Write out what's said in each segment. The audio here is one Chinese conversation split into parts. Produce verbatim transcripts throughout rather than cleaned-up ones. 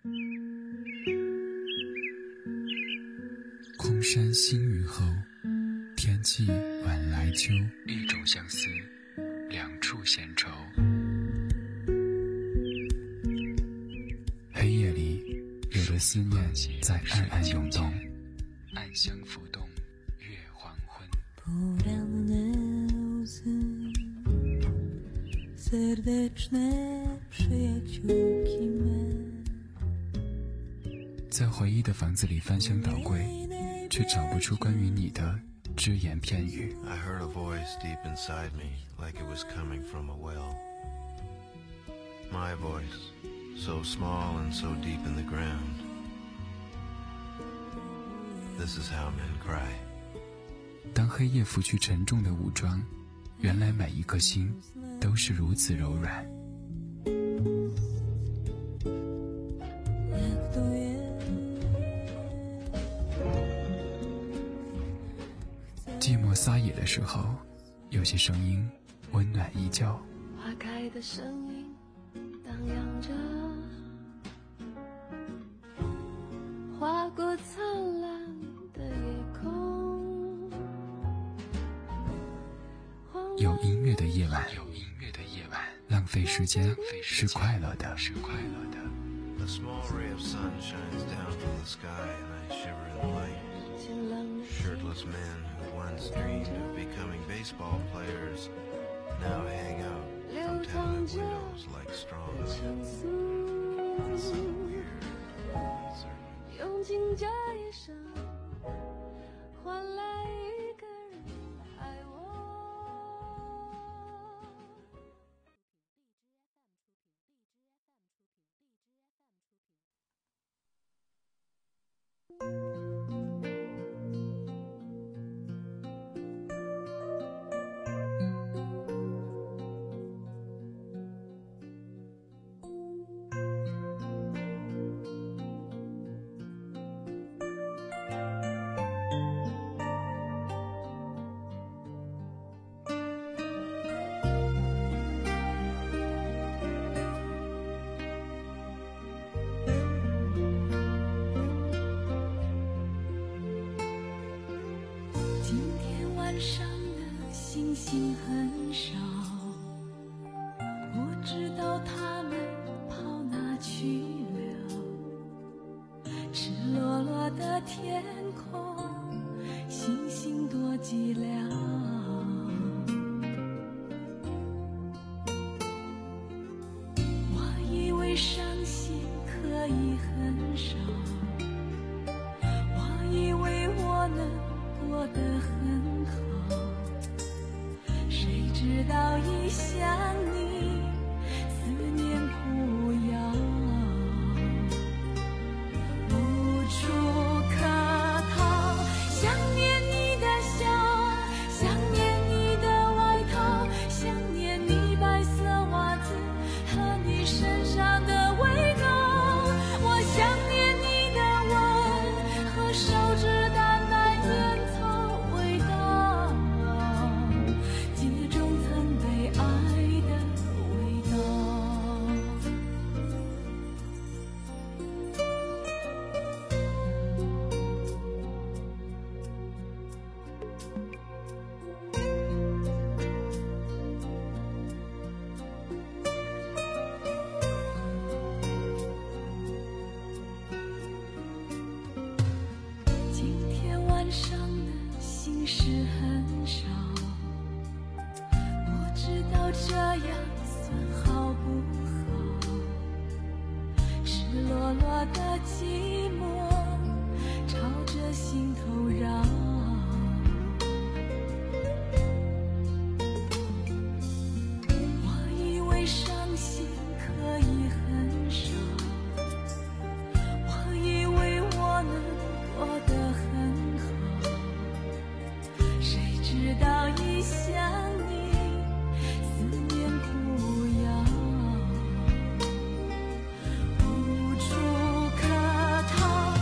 空山新雨后，天气晚来秋。一种相思，两处闲愁。黑夜里，有的思念在暗暗涌动，暗香浮动，月黄昏。在回忆的房子里翻箱倒柜，却找不出关于你的只言片语。 I heard a voice deep inside me, like it was coming from a well. My voice, so small and so deep in the ground. This is how men cry. 当黑夜拂去沉重的武装，原来每一颗心都是如此柔软。寂寞撒野的时候，有些声音温暖依旧。 花开的声音荡漾着，划过灿烂的夜空。 有音乐的夜晚，有音乐的夜晚，浪费时间是快乐的，是快乐的。 A small ray of sun shines down from the sky and I shiver in the light. Shirtless men who once dreamed of becoming baseball players now hang out from tenement windows like straws. It's so weird, uncertain. 用尽这一生换来一个人爱我。今天晚上的星星很少，不知道他们跑哪去了。赤裸裸的天空，星星多寂寥。我以为伤心可以很少，我以为我能过得很好，谁知道一想你，思念苦药，无处可逃。想念你的笑，想念你的外套，想念你白色袜子和你身上的味道。我想念你的吻和手指淡淡烟草味道，记中曾被爱的味道。今天晚上的心事很少，不知道这样算好不好。赤裸裸的寂寞朝着心头绕。我以为伤心可以很少，我以为我能过得很好，谁知道一想你，思念苦药，无处可逃。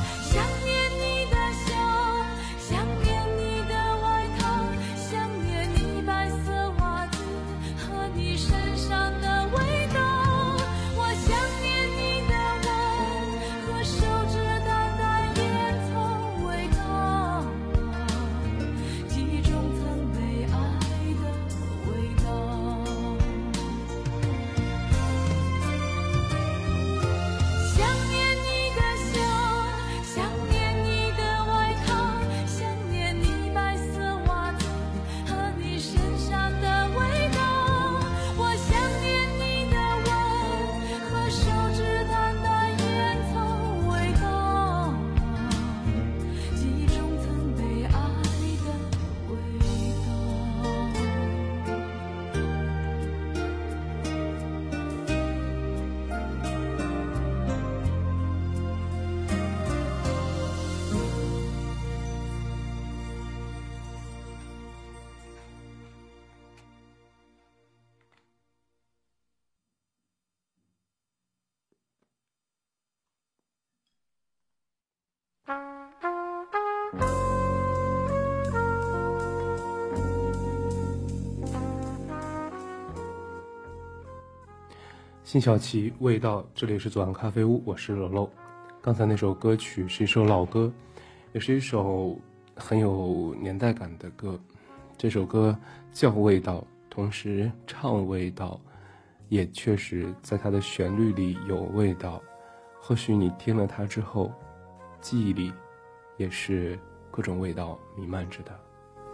辛晓琪，味道，这里是左岸咖啡屋，我是楼楼。刚才那首歌曲是一首老歌，也是一首很有年代感的歌。这首歌叫味道，同时唱味道，也确实在它的旋律里有味道。或许你听了它之后，记忆里也是各种味道弥漫着的。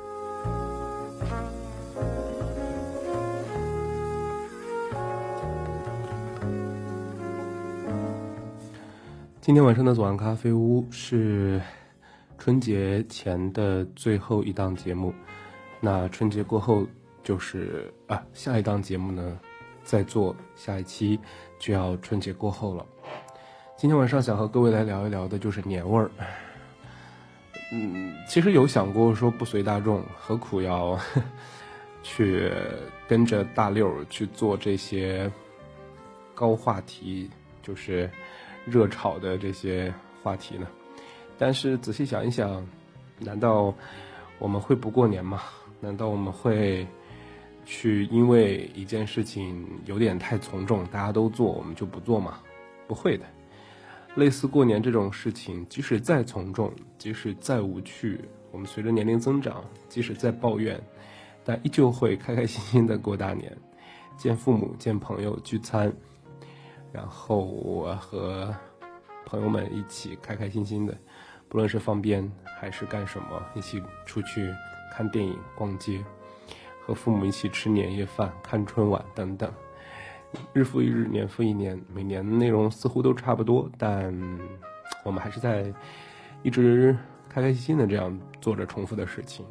今天晚上的左岸咖啡屋是春节前的最后一档节目，那春节过后就是啊，下一档节目呢再做，下一期就要春节过后了。今天晚上想和各位来聊一聊的就是年味儿。嗯，其实有想过说不随大众，何苦要呵呵去跟着大溜去做这些高话题，就是热炒的这些话题呢？但是仔细想一想，难道我们会不过年吗？难道我们会去因为一件事情有点太从众，大家都做我们就不做吗？不会的。类似过年这种事情，即使再从众，即使再无趣，我们随着年龄增长，即使再抱怨，但依旧会开开心心的过大年，见父母，见朋友，聚餐，然后我和朋友们一起开开心心的，不论是放鞭还是干什么，一起出去看电影、逛街，和父母一起吃年夜饭、看春晚等等。日复一日，年复一年，每年内容似乎都差不多，但我们还是在一直开开心心的这样做着重复的事情。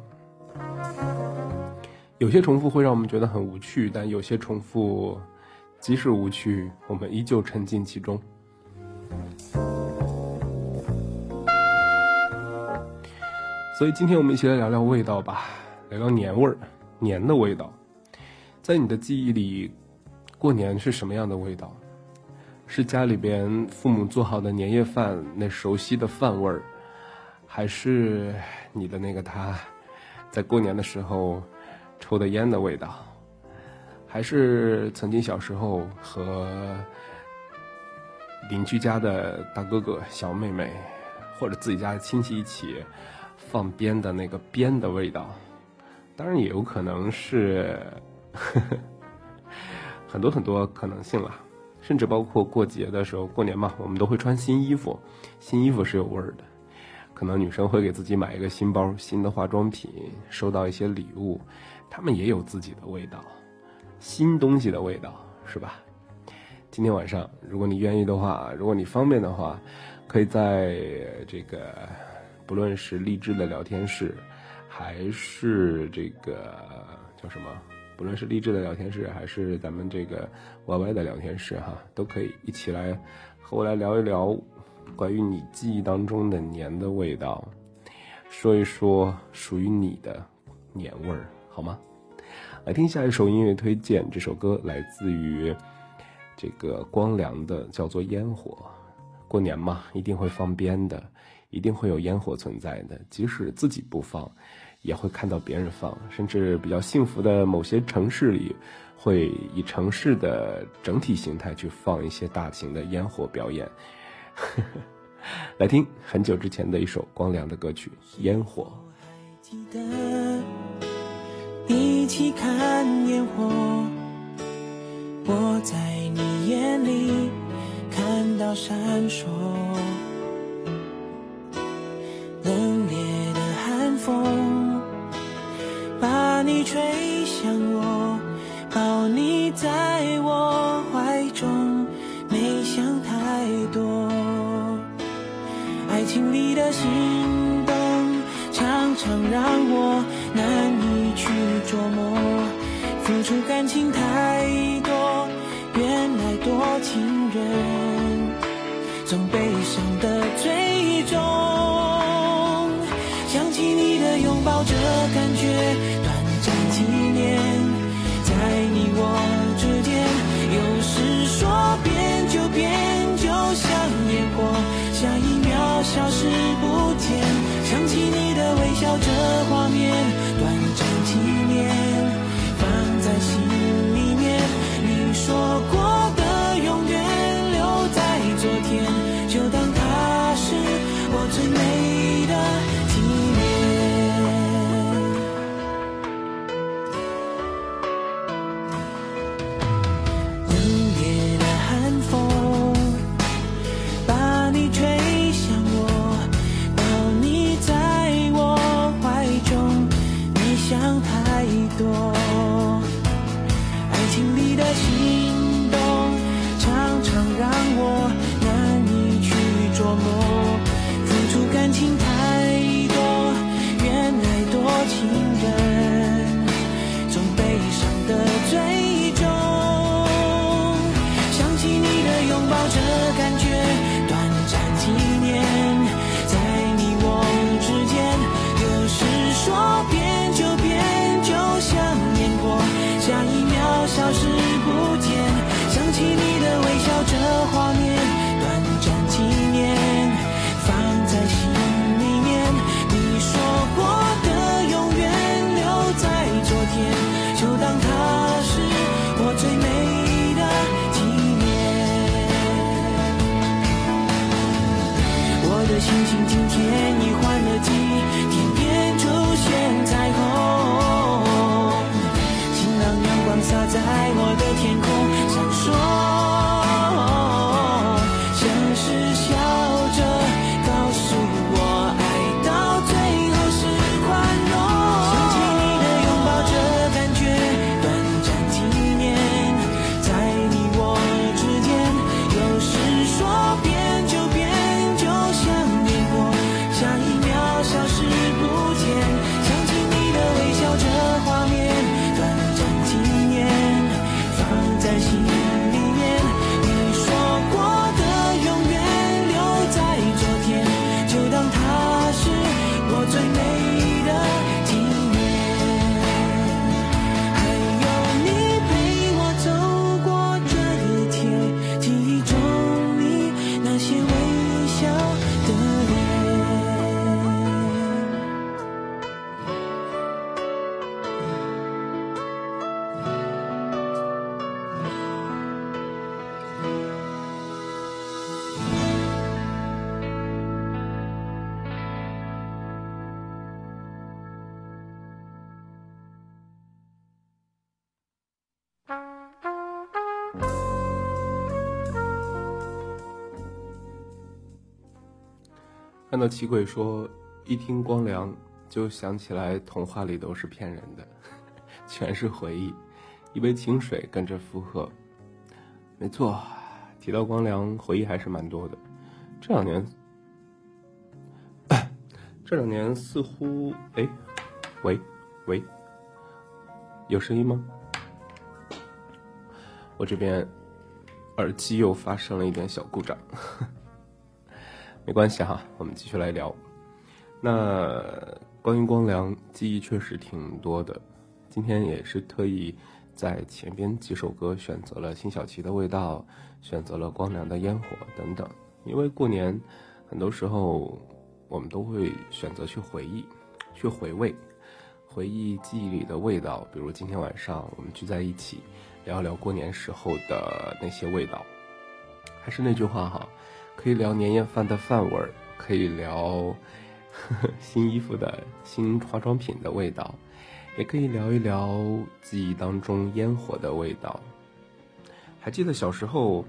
有些重复会让我们觉得很无趣，但有些重复即使无趣，我们依旧沉浸其中。所以今天我们一起来聊聊味道吧，聊聊年味儿，年的味道。在你的记忆里，过年是什么样的味道？是家里边父母做好的年夜饭那熟悉的饭味儿，还是你的那个他在过年的时候抽的烟的味道，还是曾经小时候和邻居家的大哥哥小妹妹或者自己家的亲戚一起放鞭的那个鞭的味道？当然也有可能是呵呵很多很多可能性了，甚至包括过节的时候，过年嘛，我们都会穿新衣服，新衣服是有味儿的。可能女生会给自己买一个新包、新的化妆品，收到一些礼物，他们也有自己的味道，新东西的味道，是吧？今天晚上，如果你愿意的话，如果你方便的话，可以在这个不论是励志的聊天室，还是这个叫什么？不论是励志的聊天室，还是咱们这个 Y Y 的聊天室哈，都可以一起来和我来聊一聊关于你记忆当中的年的味道，说一说属于你的年味儿，好吗？来听下一首音乐推荐，这首歌来自于这个光良的，叫做《烟火》。过年嘛，一定会放鞭的，一定会有烟火存在的，即使自己不放，也会看到别人放，甚至比较幸福的某些城市里，会以城市的整体形态去放一些大型的烟火表演。来听很久之前的一首光良的歌曲《烟火》。 还记得一起看烟火，我在你眼里看到闪烁，冷冽的寒风把你吹向我，抱你在我怀中，没想太多。爱情里的心动常常让我难以去琢磨，付出感情太多，原来多情人总悲伤的最终。想起你的拥抱，这感觉短暂几年，在你我之间，有时说变就变，就像烟火，下一秒消失不见。想起你的微笑，这画面短暂几年，放在心里面。你说过的拥抱这感觉，短暂几年，在你我之间，有时说变就变，就像烟火，下一秒消失不见。想起你的微笑，这画面，短暂几年，放在心里面。你说过的永远留在昨天，就当它是我最美的纪念。我的心情今天已换了季，天边出现彩虹，晴朗阳光洒在我的天空，闪烁，像是笑着告诉我，爱到最后是宽容。想起你的拥抱，这感觉，短暂几年，在你我之间，有时说变就变，就像烟火，下一秒消失不见。想起你的微笑，这画面，短暂几年，放在心里面。你说过的永远留在昨天，就当它是我最美的纪念。还有你陪我走过这一天，记忆中你那些微笑的脸。 看到奇鬼说，一听光良就想起来童话里都是骗人的，全是回忆，一杯清水跟着附和。没错，提到光良，回忆还是蛮多的。这两年，这两年似乎，哎，喂喂，有声音吗？我这边耳机又发生了一点小故障。没关系哈，我们继续来聊。那关于光良，记忆确实挺多的。今天也是特意在前边几首歌选择了辛晓琪的味道，选择了光良的烟火等等。因为过年很多时候我们都会选择去回忆，去回味，回忆记忆里的味道。比如今天晚上我们聚在一起聊聊过年时候的那些味道。还是那句话哈，可以聊年夜饭的饭味儿，可以聊呵呵新衣服的新化妆品的味道，也可以聊一聊记忆当中烟火的味道。还记得小时候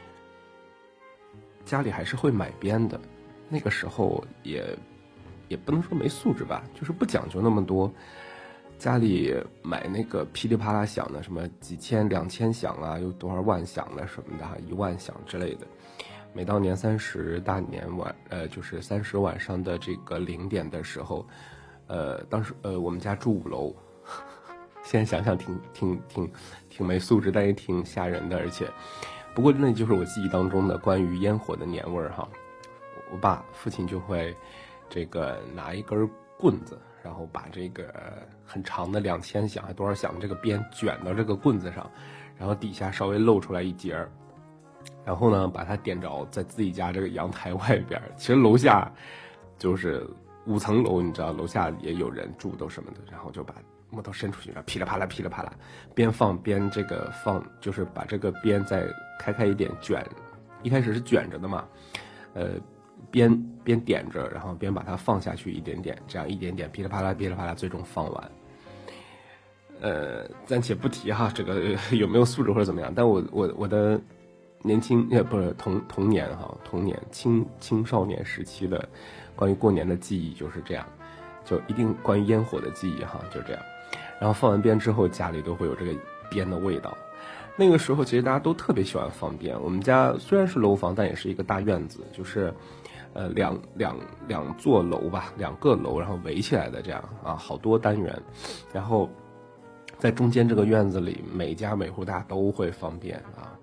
家里还是会买鞭的，那个时候也也不能说没素质吧，就是不讲究那么多，家里买那个噼里啪啦响的，什么几千两千响啊，有多少万响的什么的，一万响之类的。每到年三十大年晚，呃，就是三十晚上的这个零点的时候，呃，当时呃我们家住五楼，现在想想挺挺挺挺没素质，但也挺吓人的，而且，不过那就是我记忆当中的关于烟火的年味儿哈。我爸父亲就会这个拿一根棍子，然后把这个很长的两千响还多少响这个鞭卷到这个棍子上，然后底下稍微露出来一截儿。然后呢，把它点着在自己家这个阳台外边。其实楼下就是五层楼，你知道，楼下也有人住都什么的。然后就把木头伸出去，然后噼里啪啦噼里啪啦，边放边这个放，就是把这个边再开开一点卷。一开始是卷着的嘛，呃，边边点着，然后边把它放下去一点点，这样一点点噼里啪啦噼里啪啦，最终放完。呃，暂且不提哈，这个有没有素质或者怎么样，但我我我的年轻也不是童童年哈，童年青青少年时期的关于过年的记忆就是这样，就一定关于烟火的记忆哈，就这样。然后放完鞭之后，家里都会有这个鞭的味道。那个时候其实大家都特别喜欢放鞭。我们家虽然是楼房，但也是一个大院子，就是呃两两两座楼吧，两个楼，然后围起来的这样啊，好多单元。然后在中间这个院子里，每家每户大家都会放鞭啊。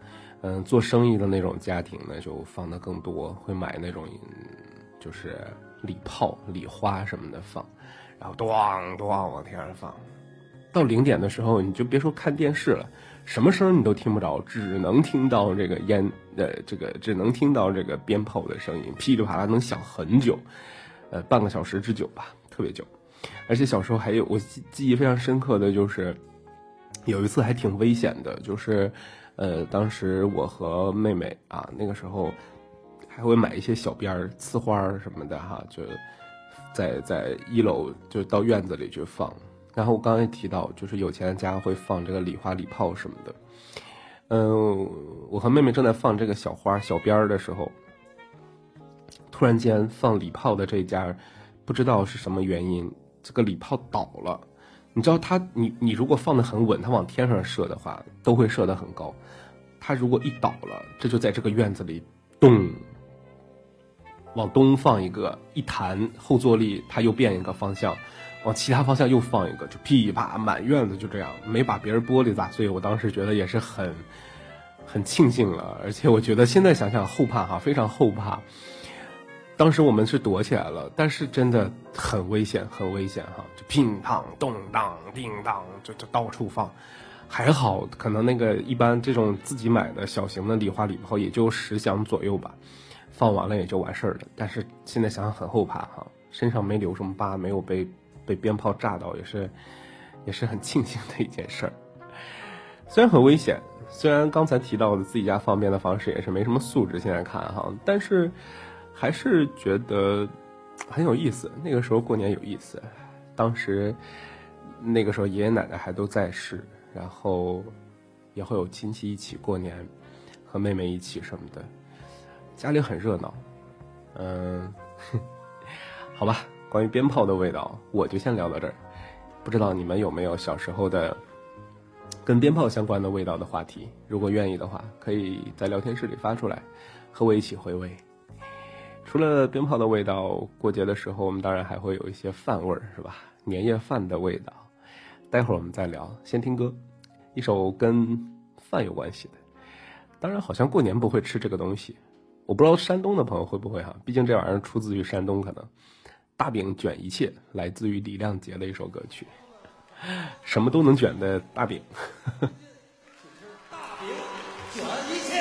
嗯，做生意的那种家庭呢，就放的更多，会买那种就是礼炮、礼花什么的放，然后咣咣往天上放。到零点的时候，你就别说看电视了，什么声你都听不着，只能听到这个烟，呃，这个只能听到这个鞭炮的声音，噼里啪啦能响很久，呃，半个小时之久吧，特别久。而且小时候还有我记记忆非常深刻的就是，有一次还挺危险的，就是，呃，当时我和妹妹啊，那个时候还会买一些小鞭儿、呲花什么的哈，就在在一楼就到院子里去放。然后我刚才也提到，就是有钱的家会放这个礼花、礼炮什么的。嗯、呃，我和妹妹正在放这个小花、小鞭儿的时候，突然间放礼炮的这家，不知道是什么原因，这个礼炮倒了。你知道它，你你如果放得很稳，它往天上射的话，都会射得很高。它如果一倒了，这就在这个院子里咚，往东放一个，一弹后坐力，它又变一个方向。往其他方向又放一个，就噼啪满院子就这样，没把别人玻璃砸碎。我当时觉得也是很很庆幸了，而且我觉得现在想想后怕哈，非常后怕。当时我们是躲起来了，但是真的很危险，很危险哈，就乒乓咚当叮当，就就到处放。还好，可能那个一般这种自己买的小型的礼花礼炮也就十响左右吧，放完了也就完事儿了。但是现在想想很后怕哈，身上没留什么疤，没有被。被鞭炮炸到也是也是很庆幸的一件事儿。虽然很危险，虽然刚才提到的自己家放鞭的方式也是没什么素质，现在看哈，但是还是觉得很有意思。那个时候过年有意思，当时那个时候爷爷奶奶还都在世，然后也会有亲戚一起过年，和妹妹一起什么的，家里很热闹。嗯，好吧，关于鞭炮的味道我就先聊到这儿，不知道你们有没有小时候的跟鞭炮相关的味道的话题，如果愿意的话可以在聊天室里发出来，和我一起回味。除了鞭炮的味道，过节的时候我们当然还会有一些饭味儿，是吧？年夜饭的味道待会儿我们再聊，先听歌，一首跟饭有关系的。当然好像过年不会吃这个东西，我不知道山东的朋友会不会哈，毕竟这玩意儿出自于山东，可能大饼卷一切，来自于李亮杰的一首歌曲，什么都能卷的大饼。 大饼卷一切。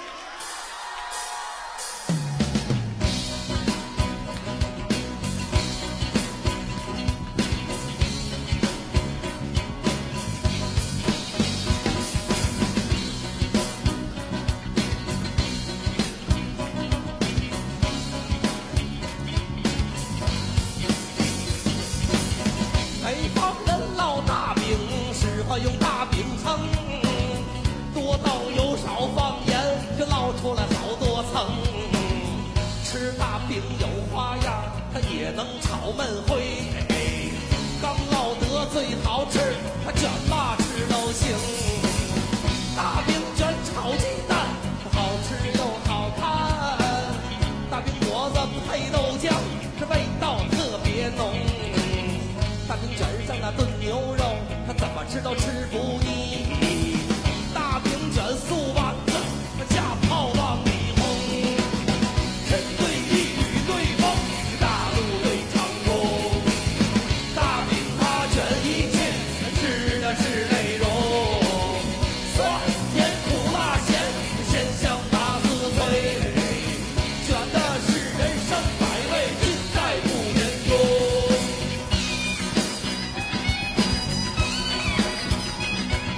用大饼称，多倒油少放盐，就烙出来好多层。吃大饼有花样，它也能炒闷灰。刚烙得最好吃，它卷嘛吃都行。大饼卷炒鸡蛋，好吃又好看。大饼果子配豆浆，这味道特别浓。大饼卷上那炖牛肉，他怎么吃都吃不腻。大饼卷素丸子，架炮往里轰。人对地，雨对风，大路对长空。大饼它卷一切，吃的是内容。酸甜苦辣咸，鲜香八字脆。卷的是人生百味，尽在不言中。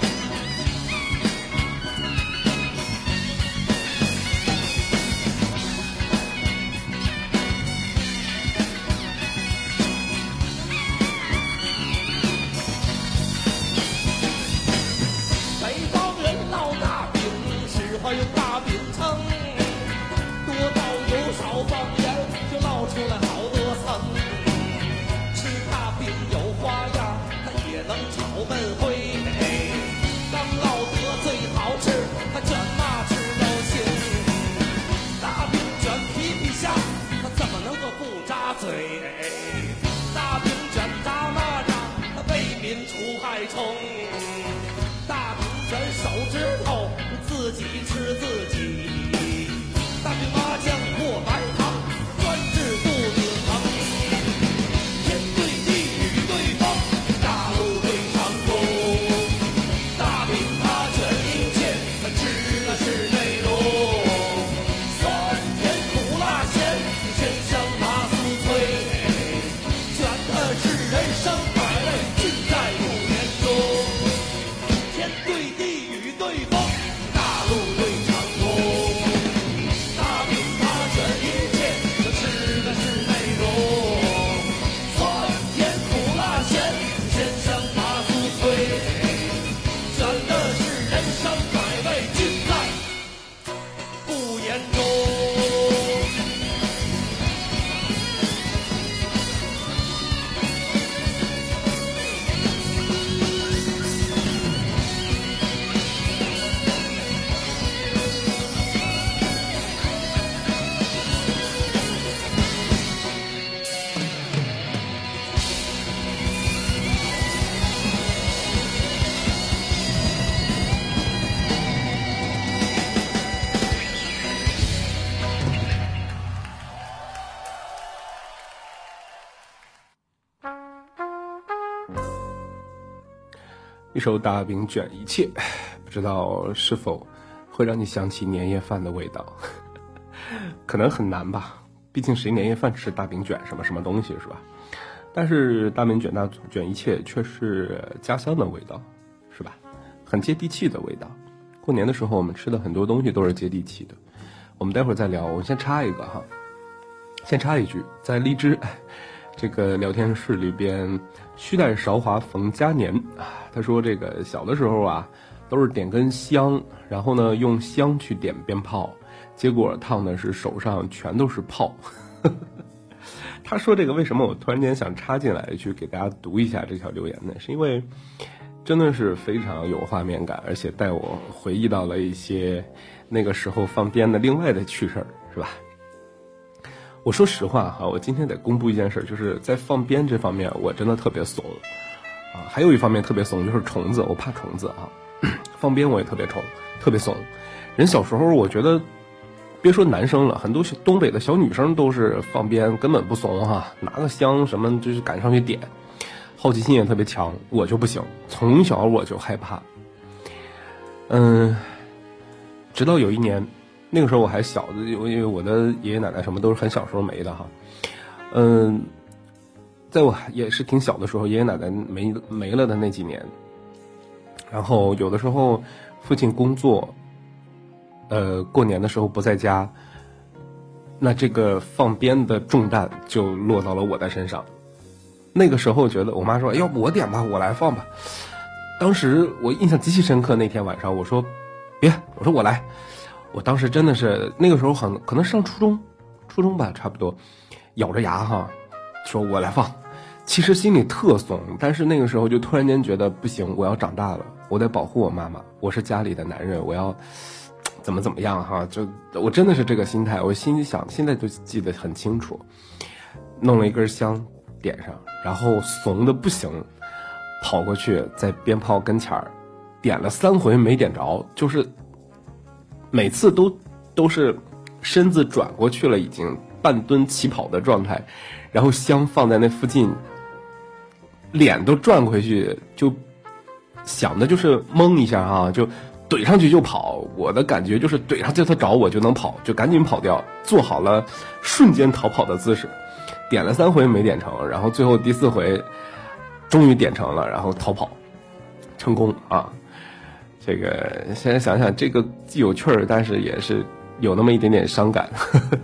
一首大饼卷一切，不知道是否会让你想起年夜饭的味道。可能很难吧，毕竟谁年夜饭吃大饼卷什么什么东西是吧？但是大饼卷大卷一切却是家乡的味道，是吧？很接地气的味道。过年的时候我们吃的很多东西都是接地气的，我们待会儿再聊。我先插一个哈，先插一句，在荔枝这个聊天室里边，须带韶华逢佳年啊，他说这个小的时候啊，都是点根香，然后呢用香去点鞭炮，结果烫的是手上全都是泡。他说这个为什么我突然间想插进来去给大家读一下这条留言呢？是因为真的是非常有画面感，而且带我回忆到了一些那个时候放鞭的另外的趣事儿，是吧？我说实话哈，我今天得公布一件事，就是在放鞭这方面我真的特别怂啊。还有一方面特别怂就是虫子，我怕虫子啊。放鞭我也特别宠，特别怂。人小时候我觉得别说男生了，很多东北的小女生都是放鞭根本不怂哈，拿个香什么就是赶上去点，好奇心也特别强。我就不行，从小我就害怕。嗯，直到有一年，那个时候我还小的，因为我的爷爷奶奶什么都是很小时候没的哈。嗯，在我也是挺小的时候，爷爷奶奶没没了的那几年，然后有的时候父亲工作，呃，过年的时候不在家，那这个放鞭的重担就落到了我的身上。那个时候觉得我妈说要不我点吧，我来放吧。当时我印象极其深刻，那天晚上我说别，我说我来。我当时真的是那个时候很可能上初中初中吧，差不多咬着牙哈说我来放。其实心里特怂，但是那个时候就突然间觉得不行，我要长大了，我得保护我妈妈，我是家里的男人，我要怎么怎么样哈，就我真的是这个心态。我心里想现在就记得很清楚，弄了一根香点上，然后怂的不行，跑过去在鞭炮跟前儿点了三回没点着，就是每次都都是身子转过去了，已经半蹲起跑的状态，然后香放在那附近，脸都转回去，就想的就是蒙一下啊，就怼上去就跑。我的感觉就是怼上去他找我就能跑，就赶紧跑掉，做好了瞬间逃跑的姿势。点了三回没点成，然后最后第四回终于点成了，然后逃跑成功啊。这个现在想想，这个既有趣儿，但是也是有那么一点点伤感。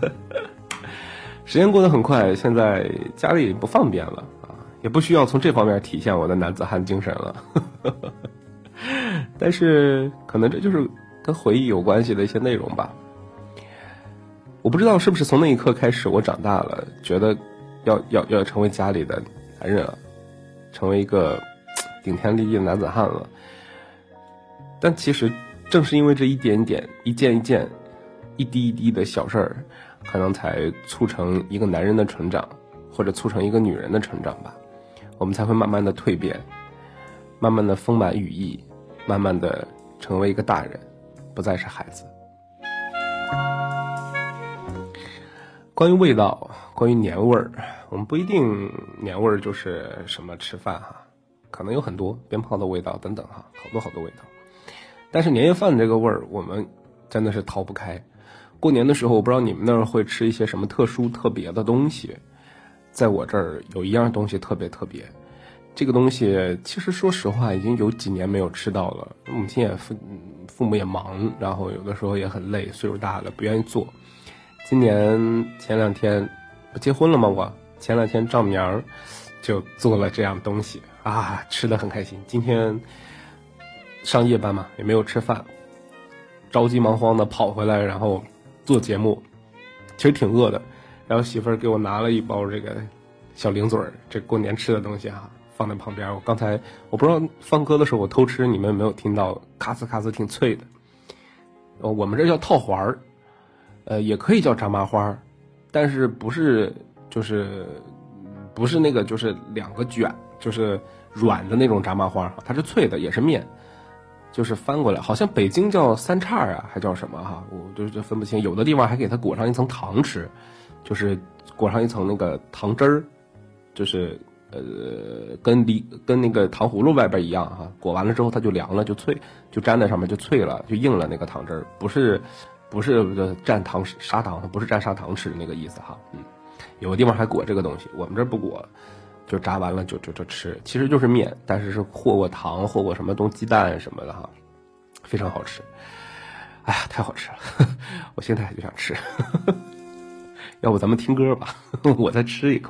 时间过得很快，现在家里不放鞭了啊，也不需要从这方面体现我的男子汉精神了。但是可能这就是跟回忆有关系的一些内容吧。我不知道是不是从那一刻开始，我长大了，觉得要要要成为家里的男人了，成为一个顶天立地的男子汉了。但其实正是因为这一点点一件一件一滴一滴的小事儿，可能才促成一个男人的成长，或者促成一个女人的成长吧。我们才会慢慢的蜕变，慢慢的丰满羽翼，慢慢的成为一个大人，不再是孩子。关于味道，关于年味儿，我们不一定年味儿就是什么吃饭哈，可能有很多鞭炮的味道等等哈，好多好多味道。但是年夜饭这个味儿，我们真的是逃不开。过年的时候，我不知道你们那儿会吃一些什么特殊特别的东西，在我这儿有一样东西特别特别。这个东西其实说实话已经有几年没有吃到了，母亲也父父母也忙，然后有的时候也很累，岁数大了不愿意做。今年前两天不结婚了吗？我前两天丈母娘就做了这样东西啊，吃得很开心。今天上夜班嘛，也没有吃饭，着急忙慌的跑回来，然后做节目，其实挺饿的。然后媳妇儿给我拿了一包这个小零嘴儿，这过年吃的东西哈，放在旁边。我刚才我不知道放歌的时候我偷吃，你们有没有听到咔呲咔呲挺脆的？哦，我们这叫套环儿，呃，也可以叫炸麻花，但是不是就是不是那个就是两个卷，就是软的那种炸麻花，它是脆的，也是面。就是翻过来，好像北京叫三叉啊，还叫什么哈，我就分不清。有的地方还给它裹上一层糖吃，就是裹上一层那个糖汁儿，就是呃，跟梨跟那个糖葫芦外边一样哈，裹完了之后它就凉了，就脆，就粘在上面就脆了，就硬了那个糖汁儿，不是不是蘸糖砂糖，不是蘸砂糖吃的那个意思哈。嗯，有的地方还裹这个东西，我们这儿不裹，就炸完了就就就吃，其实就是面，但是是和过糖，和过什么东鸡蛋什么的哈，非常好吃。哎呀，太好吃了，我现在就想吃。要不咱们听歌吧，我再吃一口。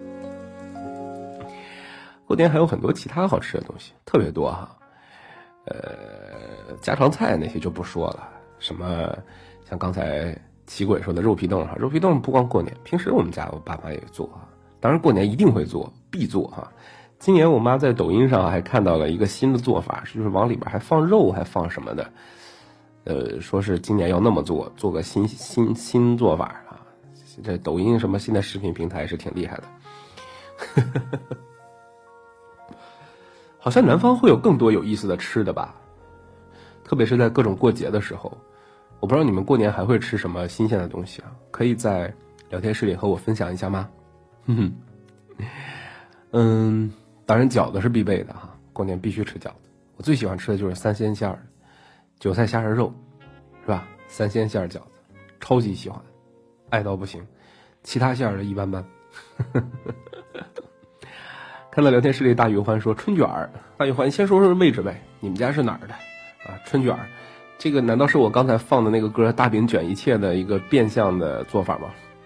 过年还有很多其他好吃的东西，特别多哈。呃，家常菜那些就不说了，什么像刚才奇鬼说的肉皮冻哈，肉皮冻不光过年，平时我们家我爸妈也做哈，当然过年一定会做，必做哈。今年我妈在抖音上还看到了一个新的做法，就是往里边还放肉，还放什么的。呃，说是今年要那么做，做个新新新做法啊！这抖音什么现在视频平台是挺厉害的。好像南方会有更多有意思的吃的吧，特别是在各种过节的时候。我不知道你们过年还会吃什么新鲜的东西啊？可以在聊天室里和我分享一下吗？哼嗯，当然饺子是必备的哈，过年必须吃饺子。我最喜欢吃的就是三鲜馅儿的。韭菜虾仁肉，是吧？三鲜馅儿饺子，超级喜欢，爱到不行。其他馅儿的一般般。看到聊天室里大鱼欢说春卷儿，大鱼欢，你先说说位置呗，你们家是哪儿的？啊，春卷儿，这个难道是我刚才放的那个歌《大饼卷一切》的一个变相的做法吗？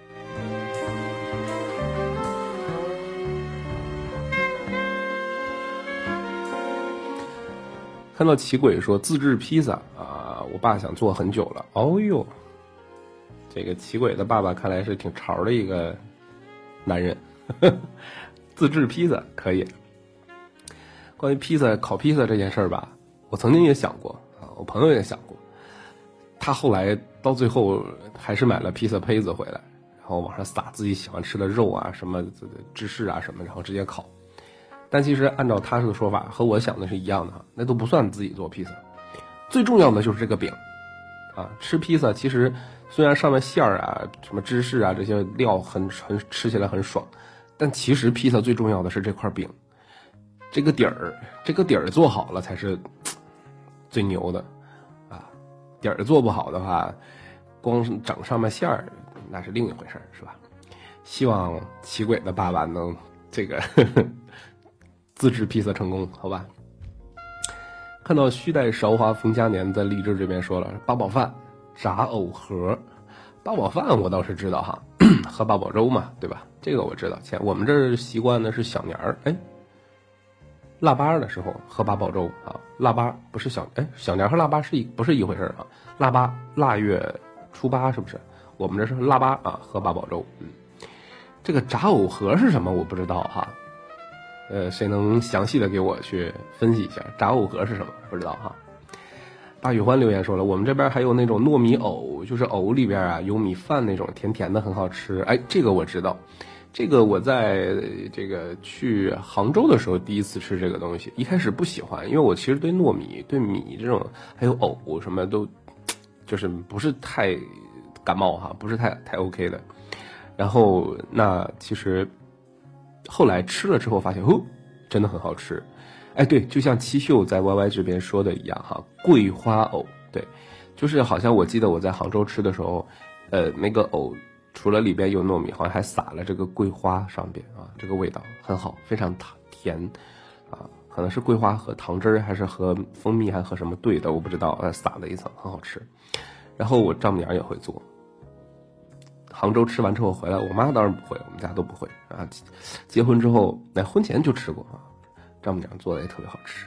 看到奇鬼说自制披萨啊，我爸想做很久了。哦呦，这个奇鬼的爸爸看来是挺潮的一个男人。自制披萨可以。关于披萨烤披萨这件事儿吧，我曾经也想过啊，我朋友也想过，他后来到最后还是买了披萨胚子回来，然后往上撒自己喜欢吃的肉啊，什么芝士啊什么，然后直接烤。但其实按照他的说法和我想的是一样的，那都不算自己做披萨。最重要的就是这个饼啊，吃披萨其实虽然上面馅儿啊什么芝士啊这些料很很吃起来很爽，但其实披萨最重要的是这块饼，这个底儿这个底儿做好了才是最牛的啊，底儿做不好的话，光整上面馅儿那是另一回事儿，是吧？希望奇鬼的爸爸能这个呵呵自制披萨成功，好吧？看到须带韶华冯嘉年在励志这边说了八宝饭、炸藕盒。八宝饭我倒是知道哈，喝八宝粥嘛，对吧？这个我知道。前我们这儿习惯的是小年儿，哎，腊八的时候喝八宝粥啊。腊八不是小哎，小年和腊八是一不是一回事啊？腊八腊月初八是不是？我们这是腊八啊，喝八宝粥。嗯，这个炸藕盒是什么？我不知道哈。呃，谁能详细的给我去分析一下炸藕盒是什么？不知道哈。大宇欢留言说了，我们这边还有那种糯米藕，就是藕里边啊有米饭那种甜甜的，很好吃。哎，这个我知道，这个我在这个去杭州的时候第一次吃这个东西，一开始不喜欢，因为我其实对糯米、对米这种还有藕什么都就是不是太感冒哈，不是太太 OK 的。然后那其实后来吃了之后发现，哦，真的很好吃。哎，对，就像七秀在 Y Y 这边说的一样哈，桂花藕，对，就是好像我记得我在杭州吃的时候，呃，那个藕除了里边有糯米，好像还撒了这个桂花上边啊，这个味道很好，非常甜啊，可能是桂花和糖汁儿，还是和蜂蜜，还和什么兑的，我不知道，呃，撒了一层，很好吃。然后我丈母娘也会做。杭州吃完之后回来，我妈当然不会，我们家都不会啊。结婚之后，那婚前就吃过啊。丈母娘做的也特别好吃。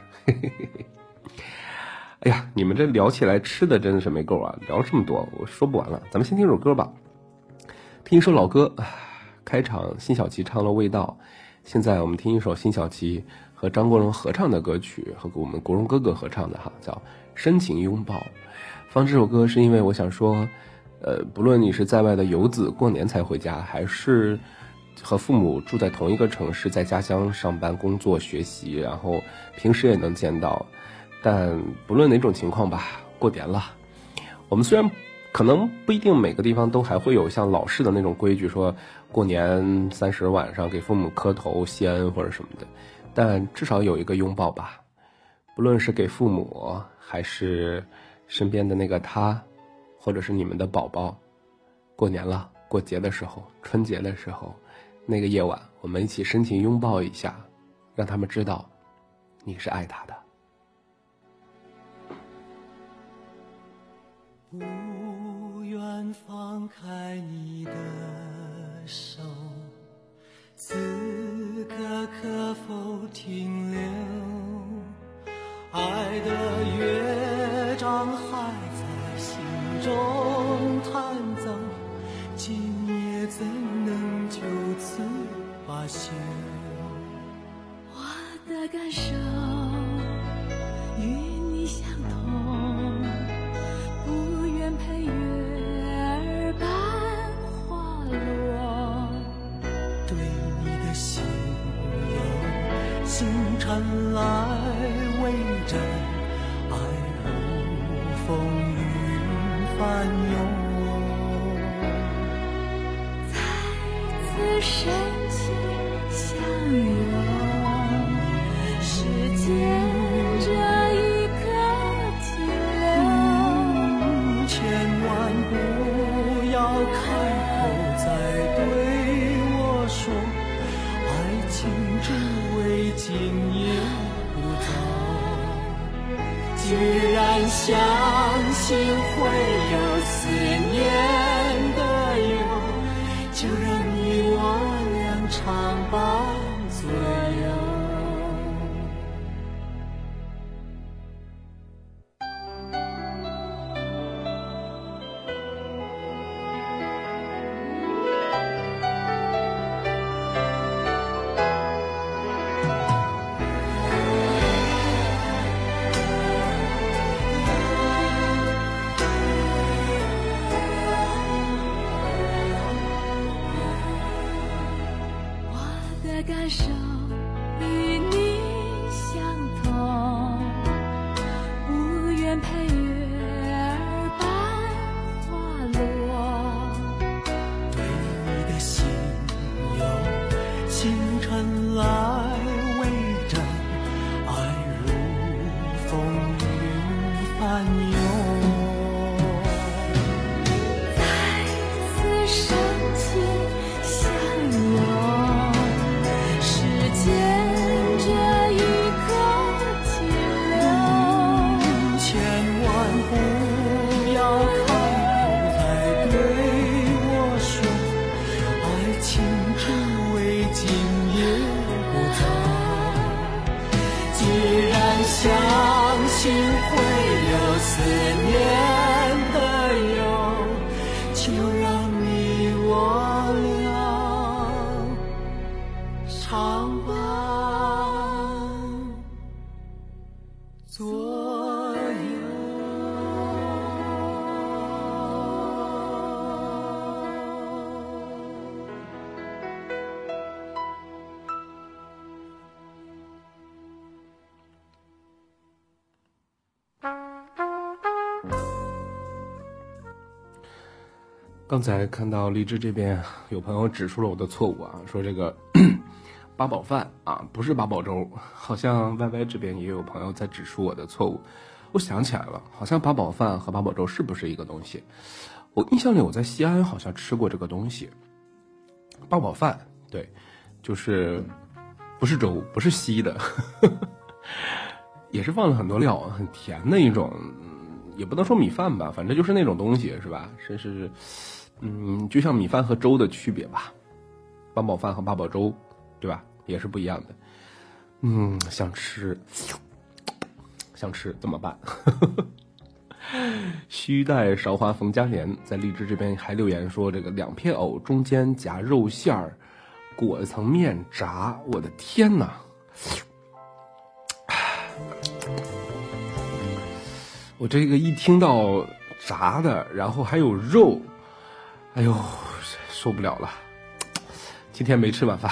哎呀，你们这聊起来吃的真的是没够啊，聊这么多我说不完了，咱们先听首歌吧。听一首老歌，开场辛晓琪唱了《味道》，现在我们听一首辛晓琪和张国荣合唱的歌曲，和我们国荣哥哥合唱的哈，叫《深情拥抱》。放这首歌是因为我想说，呃，不论你是在外的游子，过年才回家，还是和父母住在同一个城市，在家乡上班、工作、学习，然后平时也能见到。但不论哪种情况吧，过年了，我们虽然可能不一定每个地方都还会有像老式的那种规矩，说过年三十晚上给父母磕头谢恩或者什么的，但至少有一个拥抱吧，不论是给父母还是身边的那个他，或者是你们的宝宝，过年了，过节的时候，春节的时候，那个夜晚我们一起深情拥抱一下，让他们知道你是爱他的。 不愿放开你的手，此刻可否停留？爱的乐章还在心中弹奏，今夜怎能就此罢休？ 我的感受与你相同，不愿陪月儿般滑落， 对你的心有星辰来围着，爱如风云翻涌， 再次深情相拥，时间这一刻停留， 千万不要开口再对我说，爱情只为今夜不走。既然相信会有思念的忧，就让你我俩常伴左右。 感受与你相同，不愿陪月儿般滑落， 对你的心有星辰来围着，爱如风云翻涌， 再次深情相拥， 相信会有思念的忧，就让你我俩常伴左右。 刚才看到荔枝这边有朋友指出了我的错误啊，说这个八宝饭啊不是八宝粥，好像 Y Y 这边也有朋友在指出我的错误。我想起来了，好像八宝饭和八宝粥是不是一个东西？我印象里我在西安好像吃过这个东西。八宝饭，对，就是不是粥，不是稀的，也是放了很多料，很甜的一种，也不能说米饭吧，反正就是那种东西，是吧？是是。嗯，就像米饭和粥的区别吧，八宝饭和八宝粥，对吧？也是不一样的。嗯，想吃，想吃怎么办？须带韶华冯家莲在荔枝这边还留言说，这个两片藕中间夹肉馅儿，裹层面炸，我的天哪！我这个一听到炸的，然后还有肉，哎呦，受不了了！今天没吃晚饭。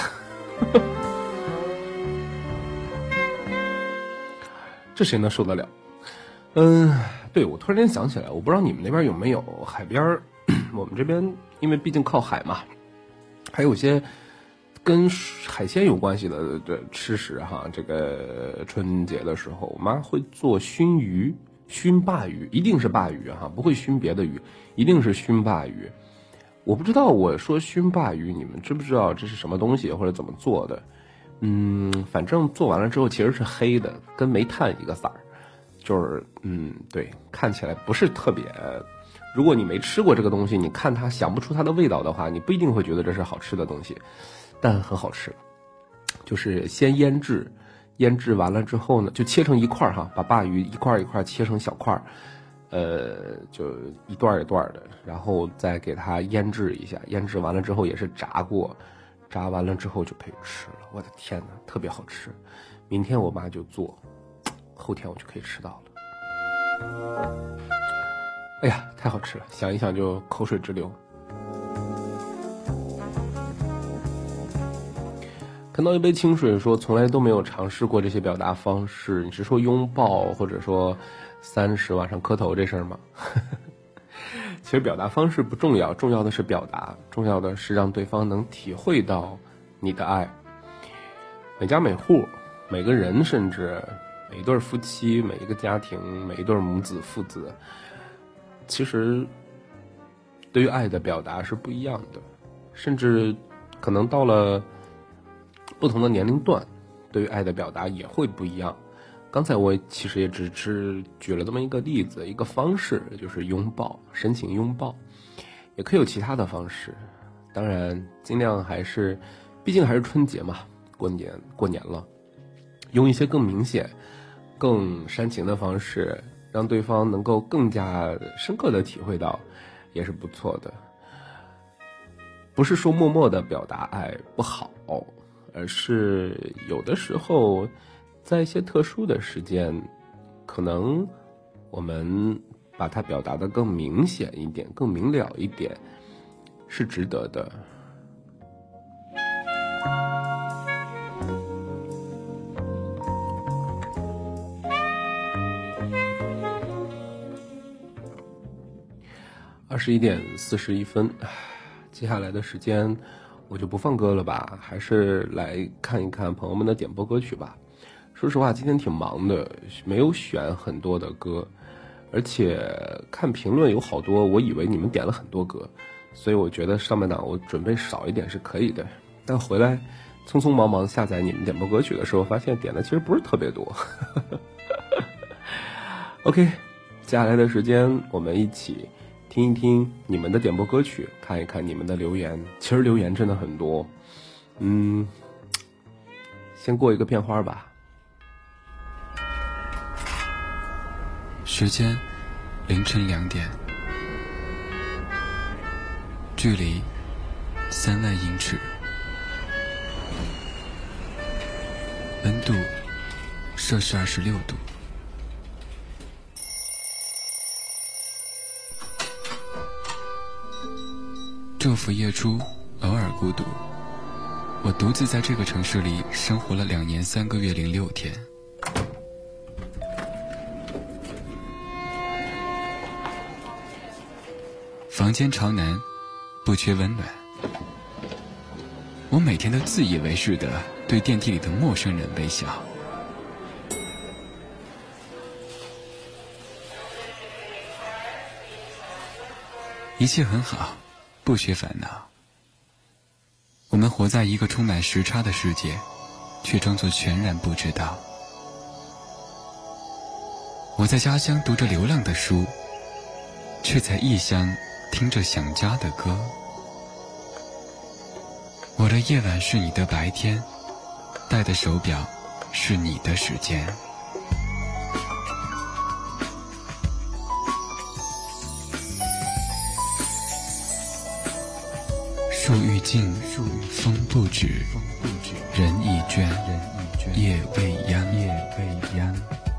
这谁能受得了？嗯， 对，我突然间想起来，我不知道你们那边有没有海边儿，我们这边因为毕竟靠海嘛，还有些跟海鲜有关系的这吃食哈。这个春节的时候，我妈会做熏鱼、熏鲅鱼，一定是鲅鱼哈，不会熏别的鱼，一定是熏鲅鱼。我不知道我说熏鲅鱼，你们知不知道这是什么东西或者怎么做的？嗯，反正做完了之后其实是黑的，跟煤炭一个色儿，就是嗯，对，看起来不是特别。如果你没吃过这个东西，你看它想不出它的味道的话，你不一定会觉得这是好吃的东西，但很好吃。就是先腌制，腌制完了之后呢，就切成一块哈，把鲅鱼一块一块切成小块。呃，就一段一段的，然后再给它腌制一下，腌制完了之后也是炸过，炸完了之后就可以吃了。我的天哪，特别好吃！明天我妈就做，后天我就可以吃到了。哎呀，太好吃了，想一想就口水直流。看到一杯清水说从来都没有尝试过这些表达方式，你是说拥抱或者说三十晚上磕头这事儿吗？其实表达方式不重要，重要的是表达，重要的是让对方能体会到你的爱。每家每户，每个人，甚至每一对夫妻，每一个家庭，每一对母子父子，其实对于爱的表达是不一样的，甚至可能到了不同的年龄段，对于爱的表达也会不一样。刚才我其实也只是举了这么一个例子，一个方式，就是拥抱，深情拥抱，也可以有其他的方式。当然尽量还是，毕竟还是春节嘛，过年过年了，用一些更明显更煽情的方式，让对方能够更加深刻的体会到，也是不错的。不是说默默的表达爱不好，而是有的时候在一些特殊的时间，可能我们把它表达得更明显一点，更明了一点，是值得的。二十一点四十一分，接下来的时间我就不放歌了吧，还是来看一看朋友们的点播歌曲吧。说实话今天挺忙的，没有选很多的歌，而且看评论有好多，我以为你们点了很多歌，所以我觉得上半档我准备少一点是可以的。但回来匆匆忙忙下载你们点播歌曲的时候，发现点的其实不是特别多。OK， 接下来的时间我们一起听一听你们的点播歌曲，看一看你们的留言，其实留言真的很多。嗯，先过一个片花吧。 时间凌晨两点，距离三万英尺，温度摄氏二十六度。昼伏夜出，偶尔孤独。我独自在这个城市里生活了两年三个月零六天。房间朝南，不缺温暖。我每天都自以为是地对电梯里的陌生人微笑。一切很好，不缺烦恼。我们活在一个充满时差的世界，却装作全然不知道。我在家乡读着流浪的书，却在异乡听着想家的歌。我的夜晚是你的白天，戴的手表是你的时间。树欲静，风不止，人已倦，夜未央，夜未央。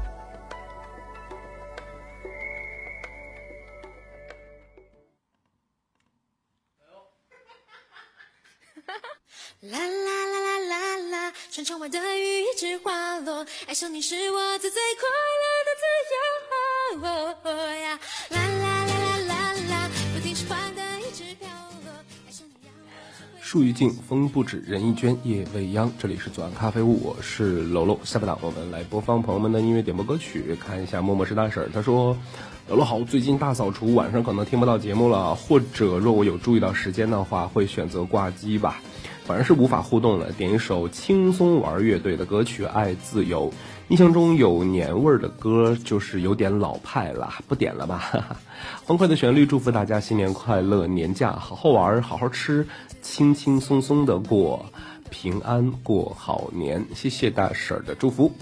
啦啦啦啦啦啦，穿窗外的雨一直滑落，爱上你是我最最快乐的自由。 树欲静风不止，人亦倦夜未央。这里是左岸咖啡屋，我是楼楼。下半档我们来播放朋友们的音乐点播歌曲。看一下默默是大婶，他说楼楼好，最近大扫除，晚上可能听不到节目了，或者若我有注意到时间的话会选择挂机吧，反正是无法互动了。点一首轻松玩乐队的歌曲《爱自由》，印象中有年味儿的歌就是有点老派啦，不点了吧。欢快的旋律，祝福大家新年快乐，年假好好玩，好好吃，轻轻松松的过，平安过好年。谢谢大婶的祝福。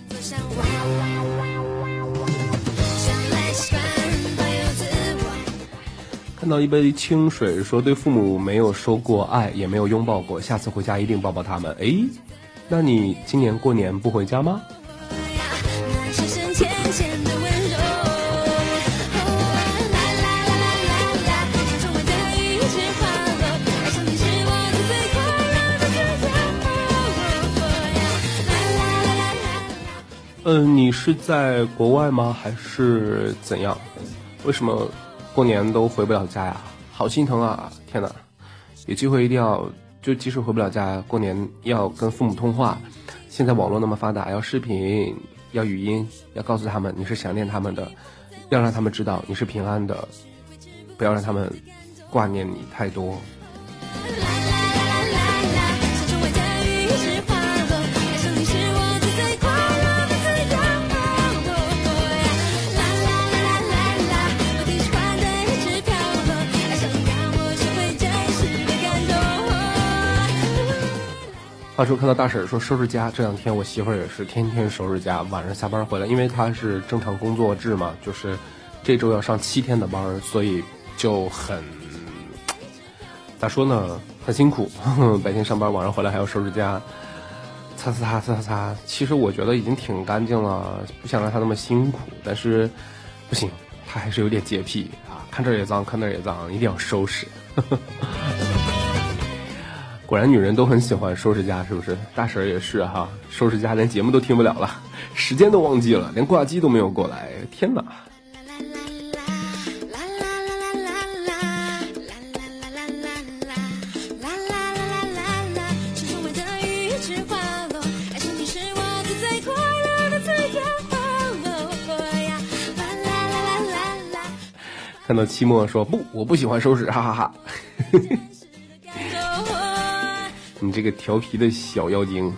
看到一杯清水说，对父母没有收过爱，也没有拥抱过，下次回家一定抱抱他们。诶，那你今年过年不回家吗？嗯、呃，你是在国外吗？还是怎样？为什么过年都回不了家呀？好心疼啊！天哪，有机会一定要，就即使回不了家，过年要跟父母通话。现在网络那么发达，要视频，要语音，要告诉他们你是想念他们的，要让他们知道你是平安的，不要让他们挂念你太多。话说看到大婶说收拾家，这两天我媳妇儿也是天天收拾家，晚上下班回来，因为她是正常工作制嘛，就是这周要上七天的班，所以就很咋说呢，很辛苦。呵呵，白天上班，晚上回来还要收拾家，擦擦擦擦擦。其实我觉得已经挺干净了，不想让她那么辛苦，但是不行，她还是有点洁癖啊，看这儿也脏，看那儿也脏，一定要收拾。呵呵，果然女人都很喜欢收拾家，是不是？大婶也是哈，收拾家连节目都听不了了，时间都忘记了，连挂机都没有过来，天哪！看到期末说不，我不喜欢收拾，哈哈哈。你这个调皮的小妖精。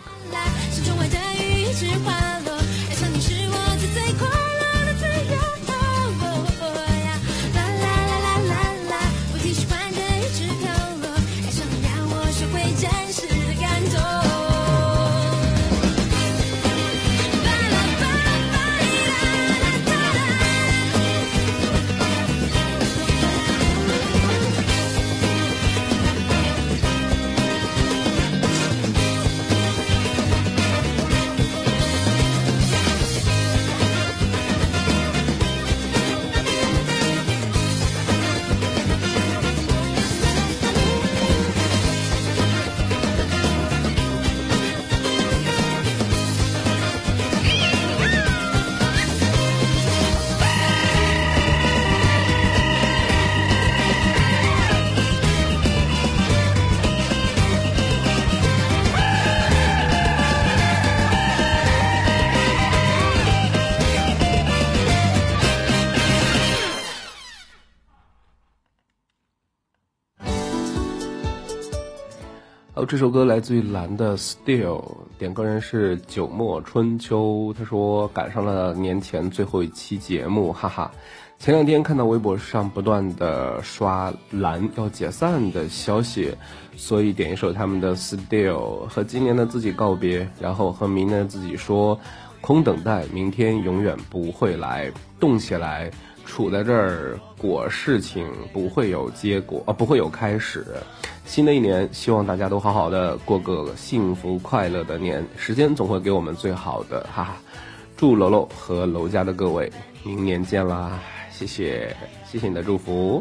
这首歌来自于蓝的 Still， 点歌人是九墨春秋。他说赶上了年前最后一期节目，哈哈。前两天看到微博上不断的刷蓝要解散的消息，所以点一首他们的 Still， 和今年的自己告别，然后和明年的自己说空等待，明天永远不会来，动起来，处在这儿果事情不会有结果啊，不会有开始。新的一年，希望大家都好好的过个幸福快乐的年，时间总会给我们最好的，哈哈。祝楼楼和楼家的各位明年见啦，谢谢，谢谢你的祝福。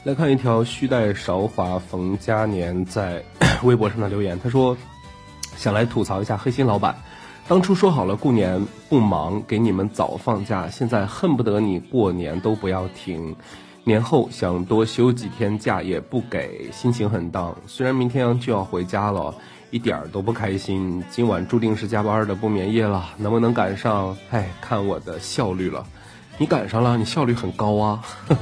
来看一条须带韶华冯嘉年在微博上的留言，他说想来吐槽一下黑心老板，当初说好了过年不忙给你们早放假，现在恨不得你过年都不要停，年后想多休几天假也不给，心情很荡。虽然明天就要回家了，一点都不开心，今晚注定是加班的不眠夜了，能不能赶上？哎，看我的效率了。你赶上了，你效率很高啊。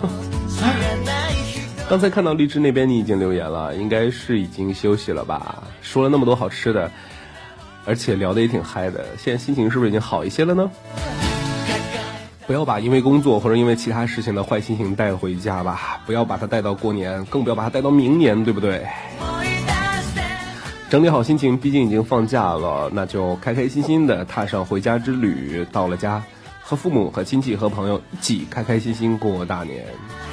刚才看到荔枝那边你已经留言了，应该是已经休息了吧？说了那么多好吃的，而且聊得也挺嗨的，现在心情是不是已经好一些了呢？不要把因为工作或者因为其他事情的坏心情带回家吧，不要把它带到过年，更不要把它带到明年，对不对？整理好心情，毕竟已经放假了，那就开开心心的踏上回家之旅。到了家，和父母、和亲戚、和朋友一起开开心心过大年。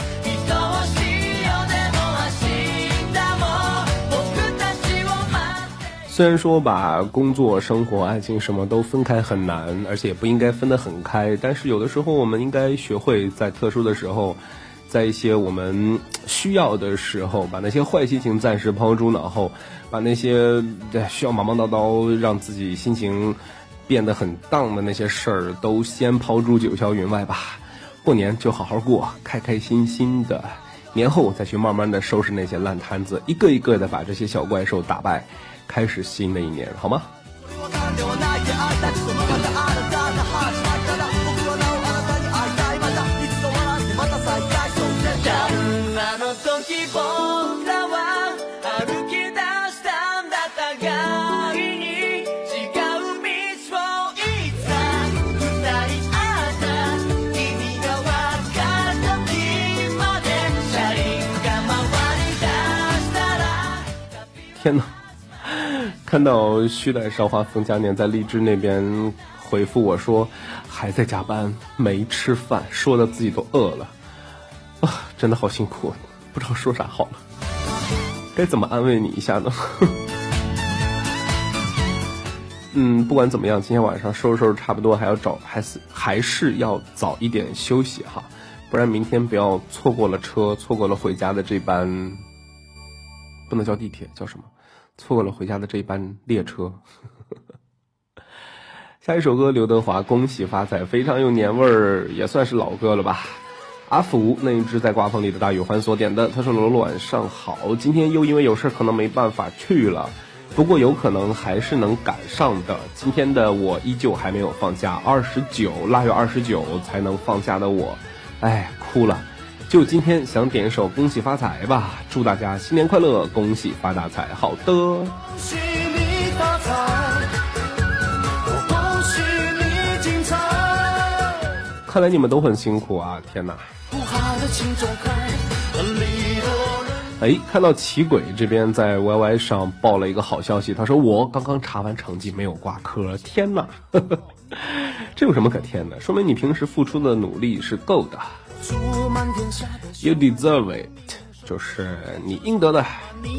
虽然说把工作、生活、爱情什么都分开很难，而且也不应该分得很开，但是有的时候我们应该学会在特殊的时候，在一些我们需要的时候，把那些坏心情暂时抛诸脑后，把那些需要忙忙叨叨让自己心情变得很荡的那些事儿都先抛诸九霄云外吧。过年就好好过，开开心心的，年后再去慢慢的收拾那些烂摊子，一个一个的把这些小怪兽打败，开始新的一年，好吗？天哪，看到须带韶华冯嘉年在荔枝那边回复我说还在加班没吃饭，说的自己都饿了啊，真的好辛苦，不知道说啥好了，该怎么安慰你一下呢？嗯，不管怎么样，今天晚上收拾收拾差不多，还要找还是还是要早一点休息哈，不然明天不要错过了车，错过了回家的这班，不能叫地铁，叫什么？错过了回家的这一班列车。下一首歌刘德华《恭喜发财》，非常有年味儿，也算是老歌了吧。阿福那一只在刮风里的大雨欢所点的，他说罗罗晚上好，今天又因为有事可能没办法去了，不过有可能还是能赶上的。今天的我依旧还没有放假，二十九腊月二十九才能放假的我，哎，哭了。就今天想点一首恭喜发财吧，祝大家新年快乐，恭喜发大财。好的，恭喜你发财，恭喜你精彩。看来你们都很辛苦啊，天哪。哎，看到奇鬼这边在 Y Y 上报了一个好消息，他说我刚刚查完成绩没有挂科，天哪。这有什么可天的，说明你平时付出的努力是够的。You deserve it， 就是你应得的。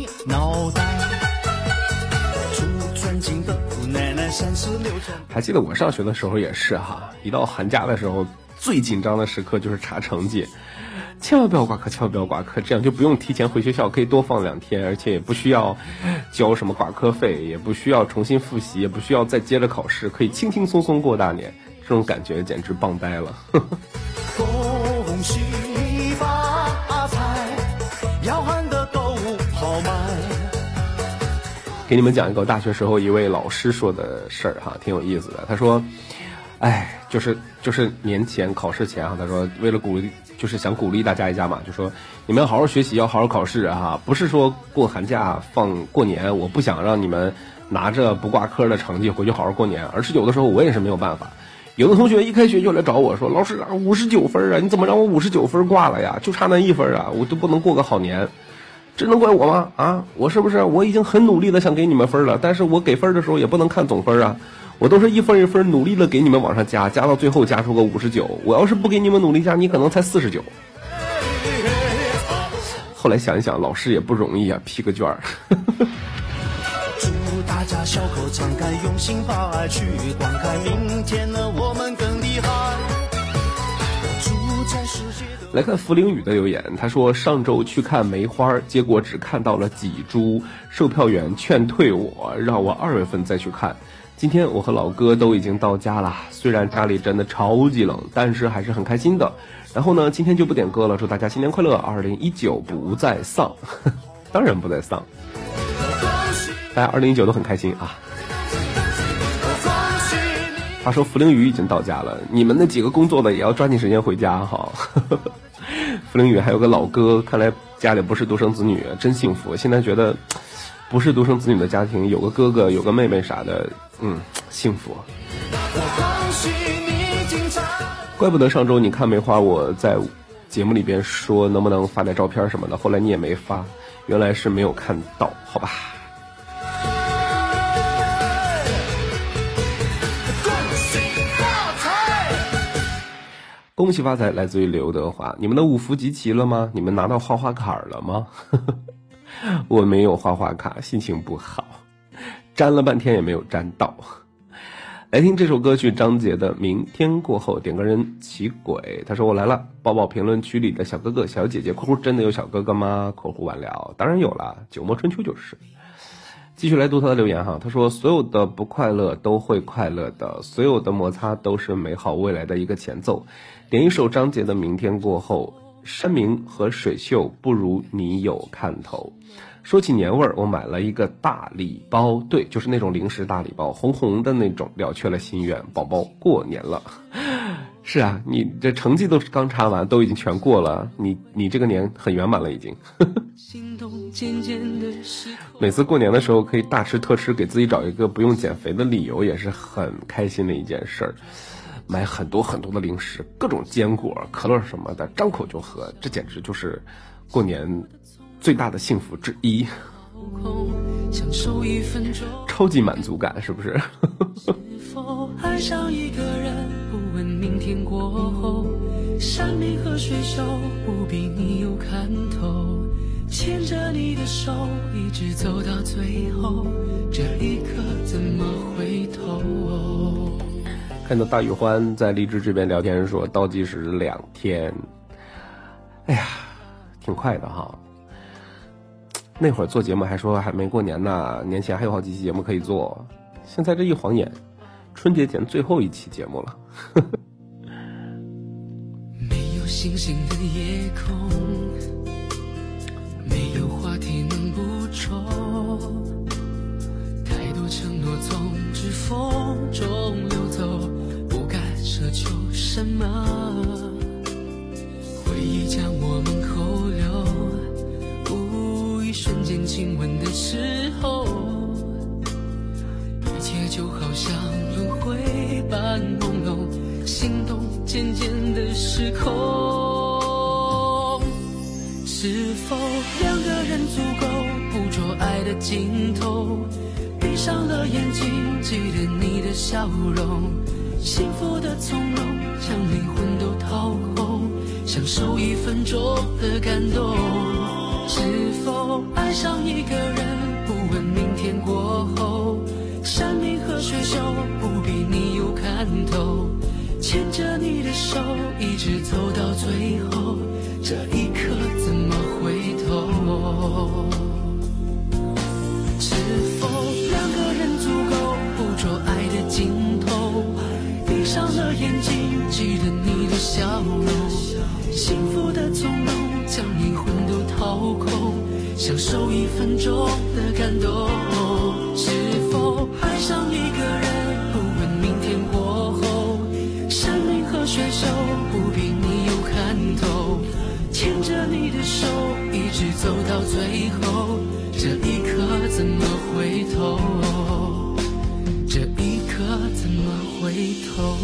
还记得我上学的时候也是哈，一到寒假的时候，最紧张的时刻就是查成绩，千万不要挂科，千万不要挂科，这样就不用提前回学校，可以多放两天，而且也不需要交什么挂科费，也不需要重新复习，也不需要再接着考试，可以轻轻松松过大年，这种感觉简直棒呆了。恭喜发财，要喊得够豪迈。给你们讲一个大学时候一位老师说的事儿哈，挺有意思的。他说，哎，就是就是年前考试前哈，他说为了鼓励，就是想鼓励大家一下嘛，就说你们要好好学习，要好好考试哈，不是说过寒假放过年，我不想让你们拿着不挂科的成绩回去好好过年，而是有的时候我也是没有办法。有的同学一开学就来找我说，老师啊，五十九分啊，你怎么让我五十九分挂了呀？就差那一分啊，我都不能过个好年，这能怪我吗？啊，我是不是我已经很努力的想给你们分了，但是我给分的时候也不能看总分啊，我都是一分一分努力的给你们往上加，加到最后加出个五十九，我要是不给你们努力加，你可能才四十九。后来想一想，老师也不容易啊，批个卷儿。大家小口常开，用心把爱去灌溉，明天呢我们更厉害。 来看茯苓雨的留言，他说上周去看梅花，结果只看到了几株，售票员劝退我，让我二月份再去看。今天我和老哥都已经到家了，虽然家里真的超级冷，但是还是很开心的。然后呢，今天就不点歌了，祝大家新年快乐，二零一九不再丧。当然不再丧，大家二零一九都很开心啊。他说茯苓雨已经到家了，你们那几个工作的也要抓紧时间回家哈。茯苓雨还有个老哥，看来家里不是独生子女，真幸福。现在觉得不是独生子女的家庭，有个哥哥有个妹妹啥的，嗯，幸福。怪不得上周你看梅花，我在节目里边说能不能发点照片什么的，后来你也没发，原来是没有看到，好吧。恭喜发财来自于刘德华，你们的五福集齐了吗？你们拿到花花卡了吗？我没有花花卡，心情不好，粘了半天也没有粘到。来听这首歌曲，张杰的《明天过后》，点个人起鬼。他说我来了，抱抱评论区里的小哥哥小姐姐，括弧真的有小哥哥吗？括弧完了，当然有了，九墨春秋就是。继续来读他的留言哈，他说所有的不快乐都会快乐的，所有的摩擦都是美好未来的一个前奏。点一首张杰的《明天过后》，山明和水秀不如你有看头。说起年味儿，我买了一个大礼包，对，就是那种零食大礼包，红红的那种，了却了心愿，宝宝过年了。是啊，你这成绩都刚查完，都已经全过了，你你这个年很圆满了已经。每次过年的时候可以大吃特吃，给自己找一个不用减肥的理由，也是很开心的一件事儿。买很多很多的零食，各种坚果、可乐什么的，张口就喝，这简直就是过年最大的幸福之一。超级满足感，是不是？ 是否爱上一个人，不问明天过后，山明和水秀不比你有看头，牵着你的手一直走到最后，这一刻怎么回头？ 看到大宇欢在荔枝这边聊天说倒计时两天，哎呀，挺快的哈。那会儿做节目还说还没过年呢，年前还有好几期节目可以做，现在这一晃眼，春节前最后一期节目了。 没有星星的夜空，没有话题能补充，太多承诺从指缝中流走，不该奢求什么，回忆将我们扣留，无意瞬间亲吻的时候，一切就好像轮回般朦胧，心动渐渐的失控。是否两个人足够捕捉爱的尽头？闭上了眼睛，记得你的笑容，幸福的从容，将灵魂都掏空，享受一分钟的感动。是否爱上一个人，不问明天过后，山明和水秀不比你有看头，牵着你的手一直走到最后，这一刻怎么回头？是否两个人足够捕捉爱的尽头？闭上了眼睛，记得你的笑容，幸福的从容，将灵魂都掏空，享受一分钟的感动。是否爱上一个人，不问明天过后，山明和水秀不比你有看头，牵着你的手一直走到最后，这一刻怎么回头？这一刻怎么回头？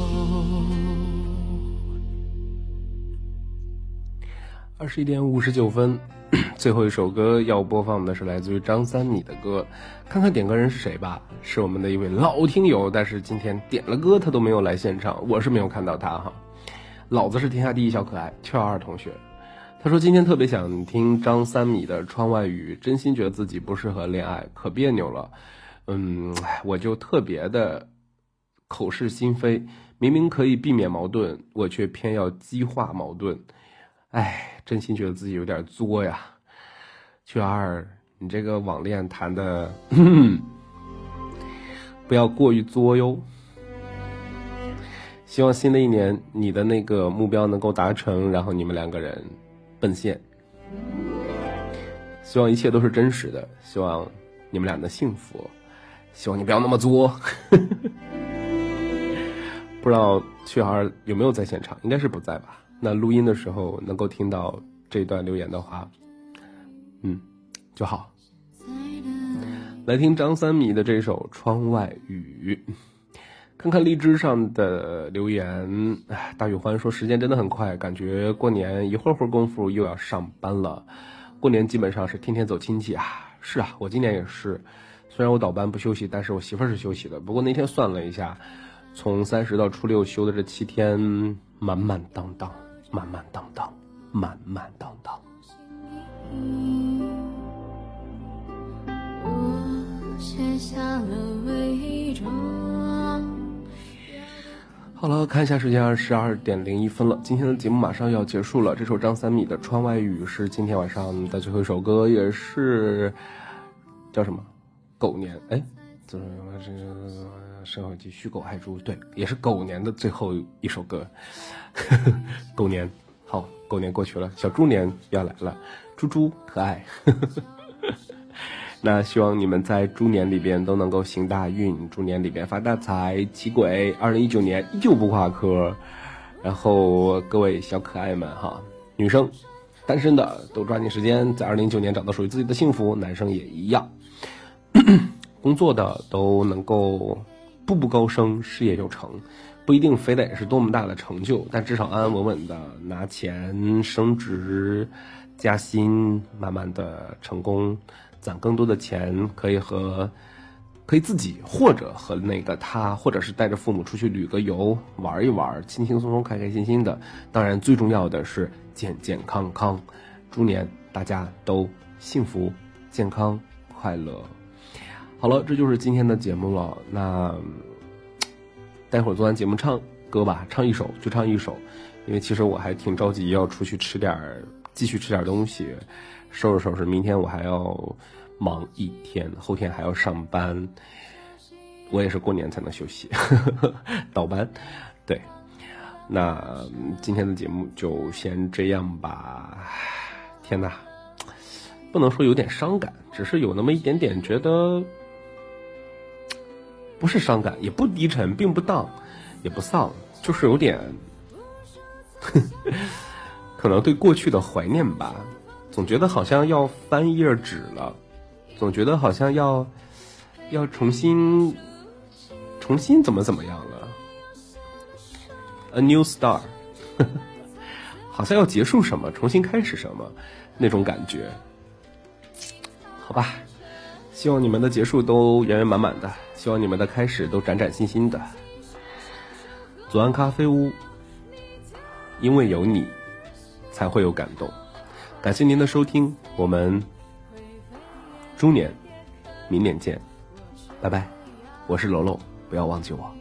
二十一点五十九分，最后一首歌要播放的是来自于张三米的歌，看看点歌人是谁吧，是我们的一位老听友，但是今天点了歌他都没有来现场，我是没有看到他哈。老子是天下第一小可爱邱二同学，他说今天特别想听张三米的《窗外雨》，真心觉得自己不适合恋爱，可别扭了。嗯，我就特别的口是心非，明明可以避免矛盾，我却偏要激化矛盾。 哎，真心觉得自己有点作呀。雀儿，你这个网恋谈的不要过于作哟。希望新的一年你的那个目标能够达成，然后你们两个人奔现。希望一切都是真实的，希望你们俩的幸福，希望你不要那么作。不知道雀儿有没有在现场，应该是不在吧。那录音的时候能够听到这段留言的话，嗯，就好。来听张三米的这首《窗外雨》。看看荔枝上的留言，大宇欢说时间真的很快，感觉过年一会儿会儿功夫又要上班了。过年基本上是天天走亲戚啊。是啊，我今年也是，虽然我倒班不休息，但是我媳妇儿是休息的。不过那天算了一下，从三十到初六休的这七天，满满当当，满满当当，满满当当。 我写下了伪装。 好了，看一下时间，二十二点零一分了。今天的节目马上要结束了。这首张三米的《窗外雨》是今天晚上的最后一首歌，也是叫什么？狗年？哎，怎么这个生活记虚狗害猪？对，也是狗年的最后一首歌。狗年，好，狗年过去了，小猪年要来了，猪猪可爱。那希望你们在猪年里边都能够行大运，猪年里边发大财，起轨，二零一九年依旧不挂科。然后各位小可爱们哈，女生单身的都抓紧时间在二零一九年找到属于自己的幸福，男生也一样。工作的都能够步步高升，事业有成，不一定非得是多么大的成就，但至少安安稳稳的拿钱升职加薪，慢慢的成功，攒更多的钱，可以和可以自己或者和那个他，或者是带着父母出去旅个游，玩一玩，轻轻松松开开心心的。当然最重要的是健健康康，猪年大家都幸福健康快乐。好了，这就是今天的节目了。那待会儿做完节目唱歌吧，唱一首就唱一首，因为其实我还挺着急要出去吃点继续吃点东西，收拾收拾，明天我还要忙一天，后天还要上班，我也是过年才能休息倒班。对，那今天的节目就先这样吧。天哪，不能说有点伤感，只是有那么一点点觉得不是伤感，也不低沉，并不荡，也不丧，就是有点可能对过去的怀念吧。总觉得好像要翻一页纸了，总觉得好像要要重新重新怎么怎么样了 ，A new start 好像要结束什么，重新开始什么那种感觉。好吧，希望你们的结束都圆圆满满的，希望你们的开始都崭崭新新的。左岸咖啡屋，因为有你才会有感动。感谢您的收听，我们猪年明年见，拜拜，我是楼楼，不要忘记我。